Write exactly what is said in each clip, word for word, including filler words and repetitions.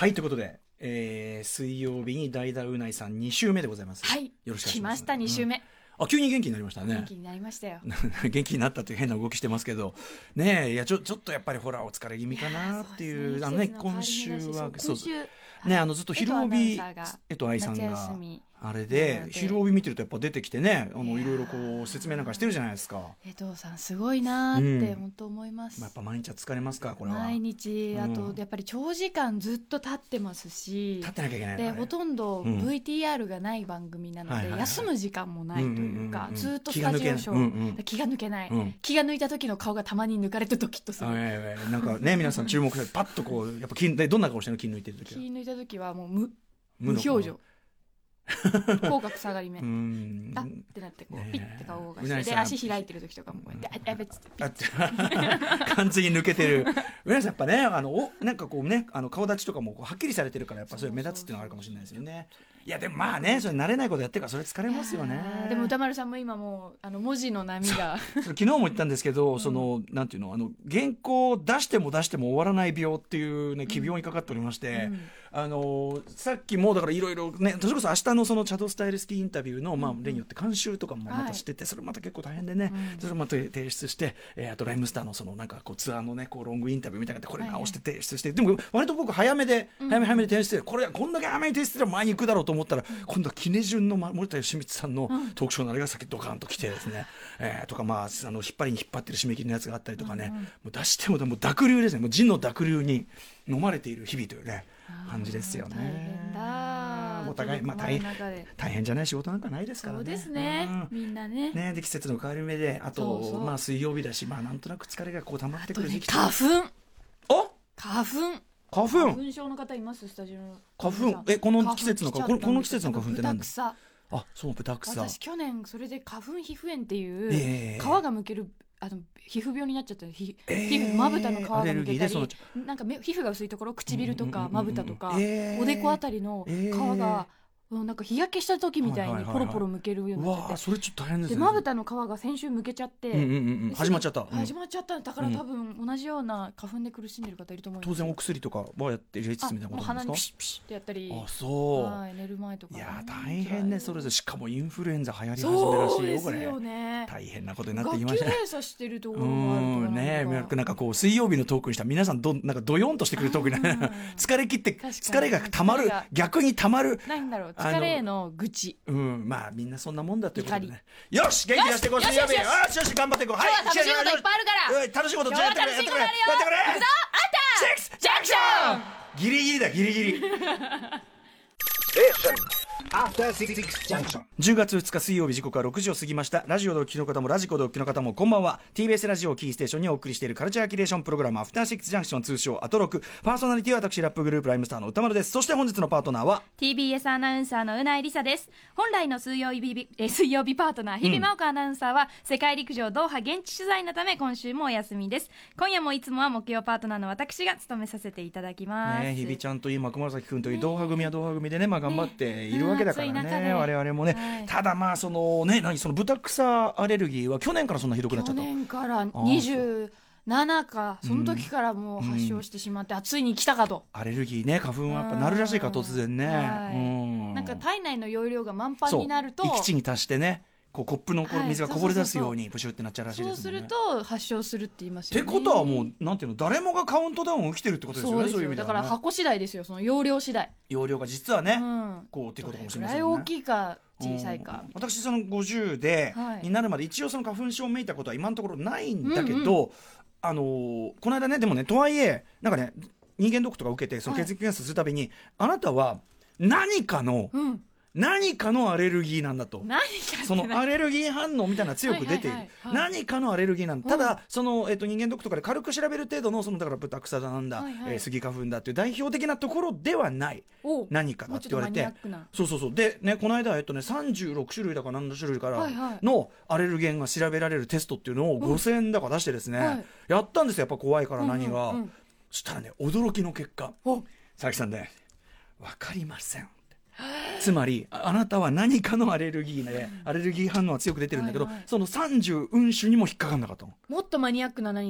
はい、ということで、えー、水曜日に代打うないさんに週目でございます。 はい、 よろしくお願いします。 来ましたに週目、 うん、あ、急に元気になりましたね。 元気になりましたよ元気になったという変な動きしてますけどねえ、いやちょちょっとやっぱりほらお疲れ気味かなっていう、あのね、今週はそうね、あのずっと昼帯江藤愛さんがあれで昼帯見てるとやっぱ出てきてね、あのいろいろこう説明なんかしてるじゃないですか。 江藤さんすごいなって本当思います、 うん、やっぱ毎日は疲れますか、これは。 毎日、あとやっぱり長時間ずっと立ってますし、 立ってなきゃいけないでほとんど ブイティーアール がない番組なので、うんはいはいはい、休む時間もないというか、うんうんうん、ずっとスタジオショー、うんうん、気が抜けない、うん、気が抜いた時の顔がたまに抜かれてドキッとする、 なんかね皆さん注目してパッとこうやっぱ気どんな顔してるの、気抜いてる時は。気抜いた時はもう無無表情口角下がり目あってなってこうピッて顔がしてで足開いてる時とかもこうやってあやべっつって完全に抜けてるうなさんやっぱね、あのおなんかこうね、あの顔立ちとかもこうはっきりされてるからやっぱそれ目立つっていうのがあるかもしれないですよね。いやでもまあね、それ慣れないことやってるからそれ疲れますよね。 でも歌丸さんも今もうあの文字の波が昨日も言ったんですけど、うん、そのなんていうの、あの原稿を出しても出しても終わらない病っていうね奇病にかかっておりまして、うん、あのさっきもだからいろいろね、それこそ明日のそのチャドスタイルスキーインタビューの、まあ、例によって監修とかもまたしてて、はい、それまた結構大変でね、うん、それまた提出して、えー、あとライムスターのそのなんかこうツアーのねこうロングインタビューみたいなこれ直して提出して、はいはい、でも割と僕早めで早め早めで提出して、うん、これこんだけ早めに提出したら前に行くだろうと思ったら、うん、今度はキネジュンの森田義満さんのトークショーのあれが先ドカーンと来てですね、うん、えー、とかまああの引っ張りに引っ張ってる締め切りのやつがあったりとかね、うんうん、もう出してももう濁流ですね、もう人の濁流に飲まれている日々というね感じですよね。 大変だ、 お互い、まあ、大変大変じゃない仕事なんかないですからね。 そうですね、うん、みんな ね, ねで季節の変わり目で、あとそうそう、 まあ、水曜日だし、まあ、なんとなく疲れがこう溜まってくる時期、 ね、花粉お花粉花粉花粉症の方います？スタジオの花粉、えこの季節の花粉、この季節の花粉って何ですか？あ、そうブタクサ。 私去年それで花粉皮膚炎っていう、えー、皮がむけるあの皮膚病になっちゃった、皮膚まぶたの皮がむけたり、なんか目皮膚が薄いところ、唇とかまぶたとか、えー、おでこあたりの皮が、えー、なんか日焼けした時みたいにポロポロむけるようになっちゃって、はいはいはい、わそれちょっと大変ですね。 でまぶたの皮が先週むけちゃって、 うんうんうん、始まっちゃった、 うん、始まっちゃっただから多分同じような花粉で苦しんでる方いると思うんです。 当然お薬とかはやって入れつつみたいなことなんですか？ 鼻にピシッピシッってやったり、 あそう、 はい、寝る前とか、 いや大変ね、それでしかもインフルエンザ流行り始めらしいよ、 そうですよね、 大変なことになってきましたね。 学級閉鎖してるところもあるとうんね、なんかこう水曜日のトークにしたら皆さんどなんかドヨンとしてくるトークになる疲れ切って疲れがたまる、逆にたまる、 なんだろう、疲れへの愚痴、 うん、まあみんなそんなもんだということでね。よし元気出してこう、水曜日、よしよし頑張っていこう。 今日は楽しいこといっぱいあるから、 楽しいことやってくれ、やってくれ、やってくれ、 行くぞあんたシックスジャンクション、ギリギリだギリギリじゅうがつふつか水曜日、時刻はろくじを過ぎました。ラジオでお聞きの方もラジコでお聞きの方もこんばんは。 ティービーエス ラジオをキーステーションにお送りしているカルチャーキュレーションプログラム、アフターシックスジャンクション、通称アトロク。パーソナリティは私ラップグループライムスターの歌丸です。そして本日のパートナーはティービーエス アナウンサーのうないりさです。本来の水曜日え水曜日パートナー日比真央子アナウンサーは、世界陸上ドーハ現地取材のため今週もお休みです。今夜もいつもは木曜パートナーの私が務めさせていただきます。 ね、日比ちゃんといい熊崎くんというドーハ組はドーハ組でね、まあ、頑張っているわけだからね、ね我々もね、はい、ただまあそのね、何そのブタクサアレルギーは去年からそんなひどくなっちゃった。 去年からにじゅうななか、その時からもう発症してしまって、うん、ついに来たかと。 アレルギーね、花粉はやっぱなるらしいから突然ね、 はい、うん、なんか体内の容量が満帆になると閾値に達してね、こうコップのこう水がこぼれ出すようにプシュってなっちゃうらしいですもんね。 そうすると発症するって言いますよね。 ってことはもうなんていうの、誰もがカウントダウンを起きてるってことですよね。 そうですよ、 そういう意味ではね、 だから箱次第ですよ、その容量次第。 容量が実はね、うん、こうっていうことかもしれませんね。 どれくらい大きいか小さいか、 うん、私そのごじゅうで、はい、になるまで一応その花粉症をめいたことは今のところないんだけど、うんうん、あのー、この間ね、でもね、とはいえなんかね、人間ドックとか受けてその血液検査するたびに、はい、あなたは何かの、うん、何かのアレルギーなんだと、 何かそのアレルギー反応みたいなのが強く出ている、はいはいはいはい、何かのアレルギーなんだ、うん、ただその、えっと、人間ドックとかで軽く調べる程度の、そのだからブタクサだなんだ、はいはい、えー、スギ花粉だっていう代表的なところではない何かだって言われて、そうそうそうでね、この間、えっとね、さんじゅうろくしゅるいだか何の種類からのアレルゲンが調べられるテストっていうのをごせんえんだか出してですね、はい、やったんですよ。やっぱ怖いから何が、うんうんうん、そしたらね、驚きの結果、佐々木さんね、分かりません、つまり あ, あなたは何かのアレルギーで、うん、アレルギー反応は強く出てるんだけど、はいはい、そのさんじゅううん種にも引っかかんなかったの。 もっとマニアックな何か、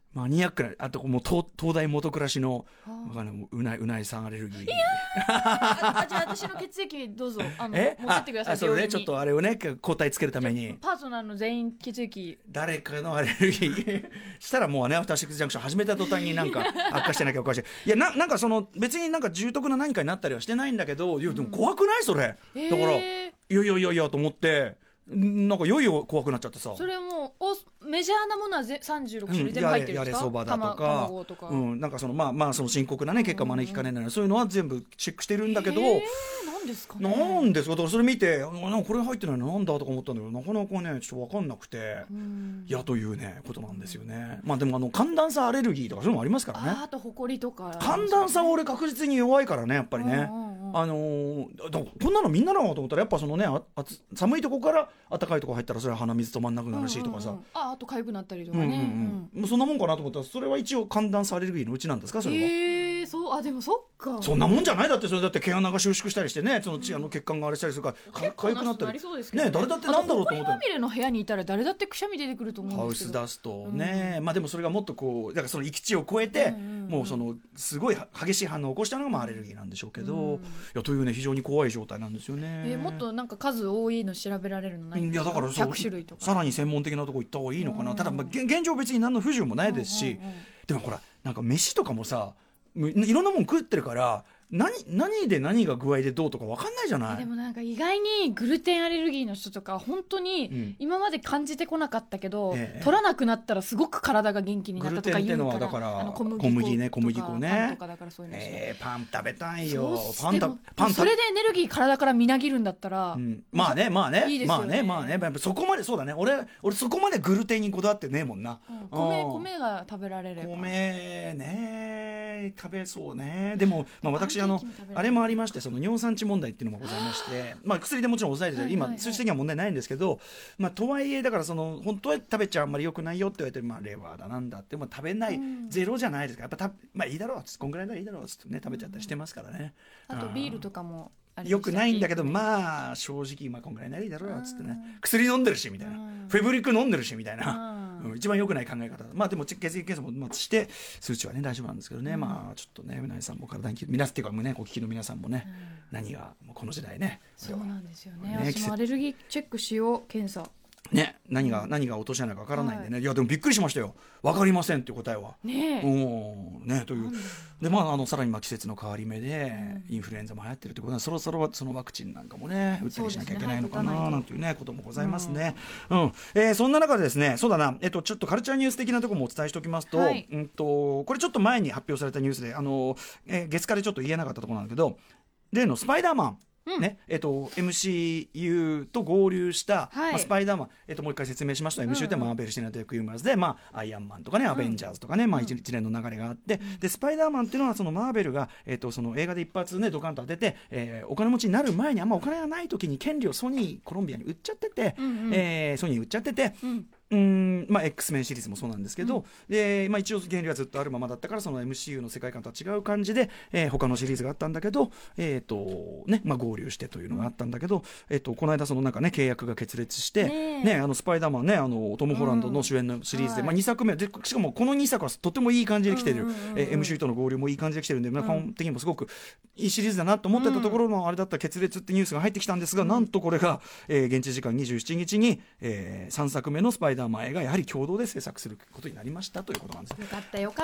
マニアックな、あともう東東大元暮らしのうないうないさんアレルギー。いやあじゃあ私の血液どうぞあのえ持ってってください。 ああそれねちょっとあれをね抗体つけるためにパートナーの全員血液誰かのアレルギーしたらもうねアフターシックスジャンクション始めた途端になんか悪化してなきゃおかしい。いや な, なんかその別になんか重篤な何かになったりはしてないんだけど、いやでも怖くないそれ、うん、だから、えー、いやいやいやいやと思ってなんかいよいよ怖くなっちゃってさ。 それもうメジャーなものはぜさんじゅうろく種類全部入ってるんですか。 やれそばだとか、 卵とか、 うん、なんかそのまあまあその深刻なね結果招きかねない、うん、そういうのは全部チェックしてるんだけど、 なんですかね。 なんですか。だからそれ見てなんかこれ入ってないのなんだとか思ったんだけどなかなかねちょっと分かんなくて、うん、いやというねことなんですよね。まあでもあの寒暖差アレルギーとかそういうのもありますからね。 あ, あとほこりとか、 寒暖差は俺確実に弱いからねやっぱりね、うんうんうん、あのー、だこんなのみんななのと思ったらやっぱそのねああ寒いとこから暖かいとこ入ったらそれは鼻水止まんなくなるしとかさ、うんうんうん、 あ, あと痒くなったりとかね、うんうんうんうん、そんなもんかなと思ったらそれは一応寒暖差アレルギーのうちなんですかそれは。 えー、そうあでもそっかそんなもんじゃない。だってそれだって毛穴が収縮したりしてねその血、うん、あの血管があれしたりするからか痒くなったりね、ね誰だってなんだろうと思って。 ほこりまみれの部屋にいたら誰だってくしゃみ出てくると思うんですけどハウスダストね、うん、まあでもそれがもっとこうだからその域地を超えて、うんうんうん、もうそのすごい激しい反応を起こしたのがまあアレルギーなんでしょうけど、うん、いやというね非常に怖い状態なんですよね。 えー、もっとなんか数多いの調べられるのないんですか。 いやだからひゃく種類とかさらに専門的なとこ行った方がいいのかな、うん、ただ、まあ、現状別に何の不自由もないですし、うんうんうん、でもほらなんか飯とかもさいろんなもん食ってるから何, 何で何が具合でどうとか分かんないじゃない。 でもなんか意外にグルテンアレルギーの人とか本当に今まで感じてこなかったけど、うん、取らなくなったらすごく体が元気になったとか言うから。グルテンってのはだからあの小麦粉小麦ね小麦粉ねパンとかだからそういうの、 えー、パン食べたいよ。 パンたパンそれでエネルギー体からみなぎるんだったら、うん、 まあねまあねいいですよねまあねまあねそこまでそうだね。俺俺そこまでグルテンにこだわってねえもんな、 うん、米米が食べられれば米ね食べそうね。でも、まあ、私あのあれもありましてその尿酸値問題っていうのもございましてまあ、薬でもちろん抑えてて、はいはいはい、今数値的には問題ないんですけど、まあ、とはいえだからその本当は食べちゃあんまり良くないよって言われて、まあ、レバーだなんだって、まあ、食べない、うん、ゼロじゃないですかやっぱた、まあ、いいだろうっつってこんぐらいならいいだろうっつってね食べちゃったりしてますからね、 うん、あとビールとかもよくないんだけどまあ正直まあこんぐらいならいいだろうっつってね薬飲んでるしみたいなフェブリック飲んでるしみたいな、うん、一番良くない考え方。まあでも血液検査もまあして数値はね大丈夫なんですけどね、うん、まあちょっとね皆さんも体に皆さんっていうかねお聞きの皆さんもね、うん、何がもうこの時代ねそうなんですよね。私もアレルギーチェックしよう検査ね、何が何が落とし穴かわからないんでね、はい、いやでもびっくりしましたよ。わかりませんっていう答えはねえねというで、まあ、あのさらにまあ季節の変わり目で、うん、インフルエンザも流行ってるということでそろそろそのワクチンなんかもね打ったりしなきゃいけないのかな、ね、なんていうねこともございますね、うんうんえー、そんな中でですねそうだな、えっと、ちょっとカルチャーニュース的なところもお伝えしておきますと、はい、うんとこれちょっと前に発表されたニュースであの、えー、月火でちょっと言えなかったところなんだけど例のスパイダーマンうんねえっと、エムシーユー と合流した、はいまあ、スパイダーマン、えっと、もう一回説明しました、うん、エムシーユー ってマーベル・シネマティック・ユニバースで、まあ、アイアンマンとかね、うん、アベンジャーズとかね、まあ、一, 一連の流れがあって、うん、でスパイダーマンっていうのはそのマーベルが、えっと、その映画で一発ねドカンと当てて、えー、お金持ちになる前にあんまお金がない時に権利をソニーコロンビアに売っちゃってて、うんうんえー、ソニーに売っちゃってて、うんうんまあ、X メンシリーズもそうなんですけど、うんでまあ、一応原理はずっとあるままだったからその エムシーユー の世界観とは違う感じで、えー、他のシリーズがあったんだけど、えーとねまあ、合流してというのがあったんだけど、うんえー、とこの間そのなんか、ね、契約が決裂して、ねね、あのスパイダーマン、ね、あのトム・ホランドの主演のシリーズで、うんまあ、にさくめでしかもこのにさくはとてもいい感じで来てる、うんうんうんうんえー、エムシーユー との合流もいい感じで来てるんで、まあ、基本的にもすごくいいシリーズだなと思ってたところのあれだった決裂ってニュースが入ってきたんですが、うん、なんとこれが、えー、現地時間にじゅうしちにちに、えー、さんさくめのスパイダーマン映画やはり共同で制作することになりましたということなんです。 よかったよかった。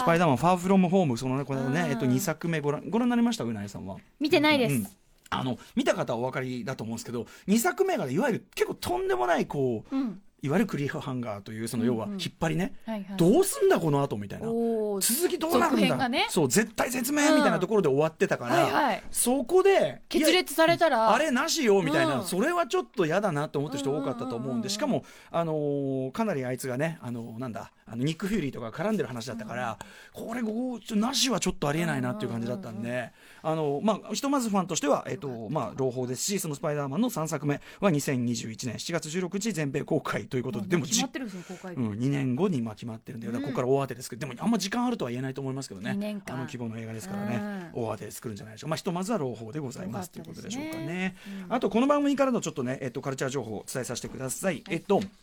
スパイダーマンファーフロムホームそのねこれね、えっと、にさくめご覧ご覧になりましたうなえさんは。 見てないです、うん、 あの見た方はお分かりだと思うんですけどにさくめがいわゆる結構とんでもないこう、うんいわゆるクリフハンガーというその要は引っ張りね、うんうんはいはい、どうすんだこの後みたいな続きどうなるんだ、ね、そう絶対絶命みたいなところで終わってたから、うんはいはい、そこで決裂されたらあれなしよみたいな、うん、それはちょっと嫌だなと思ってる人多かったと思うんでしかも、あのー、かなりあいつがね、あのー、なんだあのニック・フューリーとか絡んでる話だったから、うん、これなしはちょっとありえないなっていう感じだったんで、あのーまあ、ひとまずファンとしては、えーとまあ、朗報ですしそのスパイダーマンのさんさくめはにせんにじゅういちねんしちがつじゅうろくにち全米公開ということで、でもじってるんですよ公開うん、にねんごに今決まってるんで、うん、ここから大当てですけどでもあんま時間あるとは言えないと思いますけどねにねんかんあの規模の映画ですからね、うん、大当てで作るんじゃないでしょうか、まあ、ひとまずは朗報でございますということでしょうかね、うん、あとこの番組からのちょっとね、えっと、カルチャー情報をお伝えさせてください、はい、えっと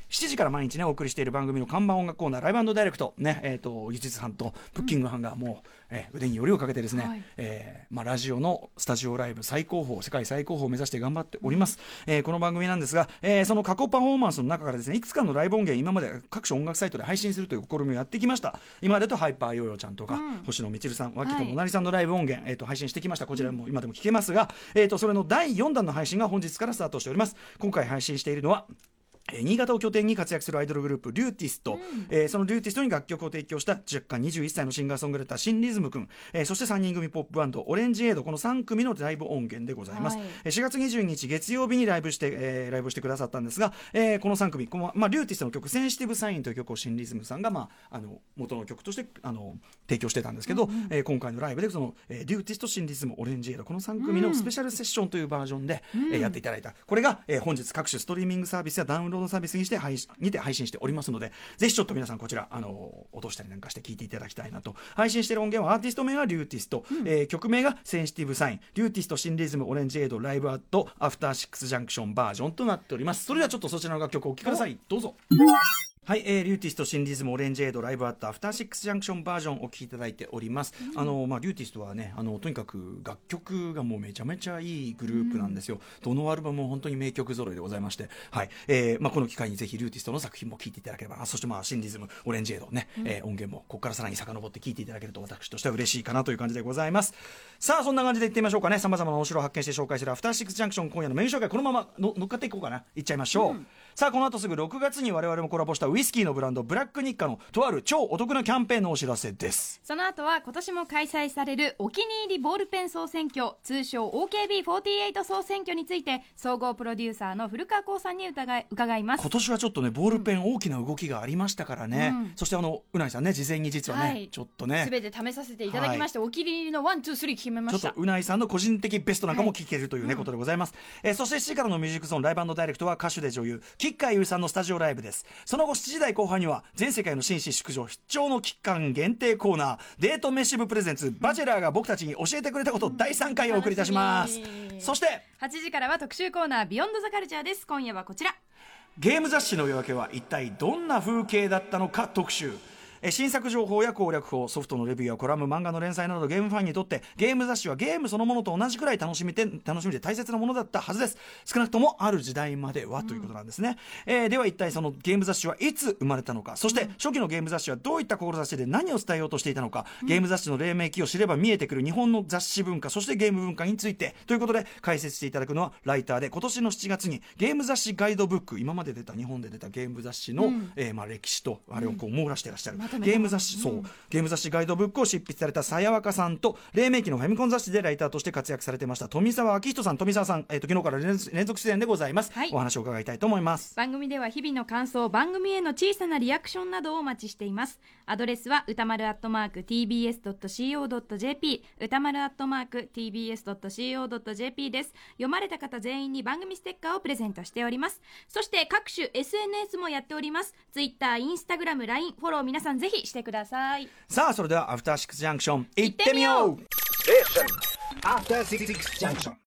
しちじから毎日ねお送りしている番組の看板音楽コーナーライブ&ダイレクトね、えーと技術班とブッキング班がもう、えー、腕によりをかけてですね、はい、えーまあ、ラジオのスタジオライブ最高峰世界最高峰を目指して頑張っております、うん、えー、この番組なんですが、えー、その過去パフォーマンスの中からですねいくつかのライブ音源今まで各種音楽サイトで配信するという試みをやってきました。今までとハイパーヨーヨーちゃんとか、うん、星野みちるさん脇友成さんのライブ音源、はい、えー、と配信してきました。こちらも今でも聞けますが、えー、とそれのだいよんだんの配信が本日からスタートしております。今回配信しているのは新潟を拠点に活躍するアイドルグループリューティスト、うん、えー、そのリューティストに楽曲を提供した若干にじゅういっさいのシンガーソングライター新リズムくん、えー、そしてさんにん組ポップバンドオレンジエイド、このさん組のライブ音源でございます、はい、しがつにじゅうににち月曜日にライブして、えー、ライブしてくださったんですが、えー、このさん組この、まあ、リューティストの曲センシティブサインという曲を新リズムさんが、まあ、あの元の曲としてあの提供してたんですけど、うんうん、えー、今回のライブでその、えー、リューティスト新リズムオレンジエイドこのさん組のスペシャルセッションというバージョンで、うん、えー、やっていただいたこれが、えー、本日各種ストリーミングサービスやダウンロードサービスにして配信にて配信しておりますので、ぜひちょっと皆さんこちらあの落としたりなんかして聞いていただきたいなと。配信している音源はアーティスト名はリューティスト、うん、えー、曲名がセンシティブサインリューティスト新リズムオレンジエイドライブアットアフターシックスジャンクションバージョンとなっております。それではちょっとそちらの楽曲をお聴きください。どうぞ。はい、えー、リューティスト新リズムオレンジエイドライブアットアフターシックスジャンクションバージョンお聴きいただいております、うん、あのまあ、リューティストはねあのとにかく楽曲がもうめちゃめちゃいいグループなんですよ、うん、どのアルバムも本当に名曲揃いでございまして、はい、えーまあ、この機会にぜひリューティストの作品も聴いていただければ、そしてまあ新リズムオレンジエイドね、うん、えー、音源もここからさらに遡って聴いていただけると私としては嬉しいかなという感じでございます。さあそんな感じでいってみましょうかね。様々な面白を発見して紹介するアフターシックスジャンクション、今夜のメニュー紹介このままの乗っかっていこうかな、いっちゃいましょう、うん、さあこの後すぐろくがつに我々もコラボしたウイスキーのブランドブラックニッカのとある超お得なキャンペーンのお知らせです。 その後は今年も開催されるお気に入りボールペン総選挙、通称 オーケービーフォーティーエイト 総選挙について総合プロデューサーの古川光さんに伺い、伺います。 今年はちょっとねボールペン大きな動きがありましたからね、うん、そしてあのうないさんね事前に実はね、はい、ちょっとね全て試させていただきまして、はい、お気に入りのワンツースリー決めました。 ちょっとうないさんの個人的ベストなんかも聞けるというね、はい、ことでございます、えー、そしてしちじからのミュージックゾーンライブ&ダイレクトは歌手で女優吉川優さんのスタジオライブです。その後しちじ台後半には全世界の紳士淑女必聴の期間限定コーナーデートメッシブプレゼンツバチェラーが僕たちに教えてくれたことだいさんかいをお送りいたします。そしてはちじからは特集コーナービヨンドザカルチャーです。今夜はこちら、 ゲーム雑誌の夜明けは一体どんな風景だったのか特集。新作情報や攻略法、ソフトのレビューやコラム、漫画の連載などゲームファンにとってゲーム雑誌はゲームそのものと同じくらい楽しみで楽しみで大切なものだったはずです。少なくともある時代まではということなんですね、うん、えー、では一体そのゲーム雑誌はいつ生まれたのか、そして初期のゲーム雑誌はどういった志で何を伝えようとしていたのか、うん、ゲーム雑誌の黎明期を知れば見えてくる日本の雑誌文化、そしてゲーム文化についてということで解説していただくのはライターで今年のしちがつにゲーム雑誌ガイドブック、今まで出た日本で出たゲーム雑誌の、うん、えー、まあ歴史とあれをこう網羅していらっしゃる、うん、ゲーム雑誌、そうゲーム雑誌ガイドブックを執筆された鞘若さんと、黎明期のファミコン雑誌でライターとして活躍されてました富澤明人さん、富澤さん、えー、と昨日から連続出演でございます、はい、お話を伺いたいと思います。 番組では日々の感想、番組への小さなリアクションなどをお待ちしています。アドレスは歌丸アットマーク ティービーエスドットシーオードットジェーピー 歌丸アットマーク ティービーエスドットシーオードットジェーピー です。読まれた方全員に番組ステッカーをプレゼントしております。そして各種 エスエヌエス もやっております。 Twitter、Instagram、ライン フォロー皆さんぜひしてください。 さあそれではアフターシックスジャンクション行ってみよう。 アフターシックスジャンクション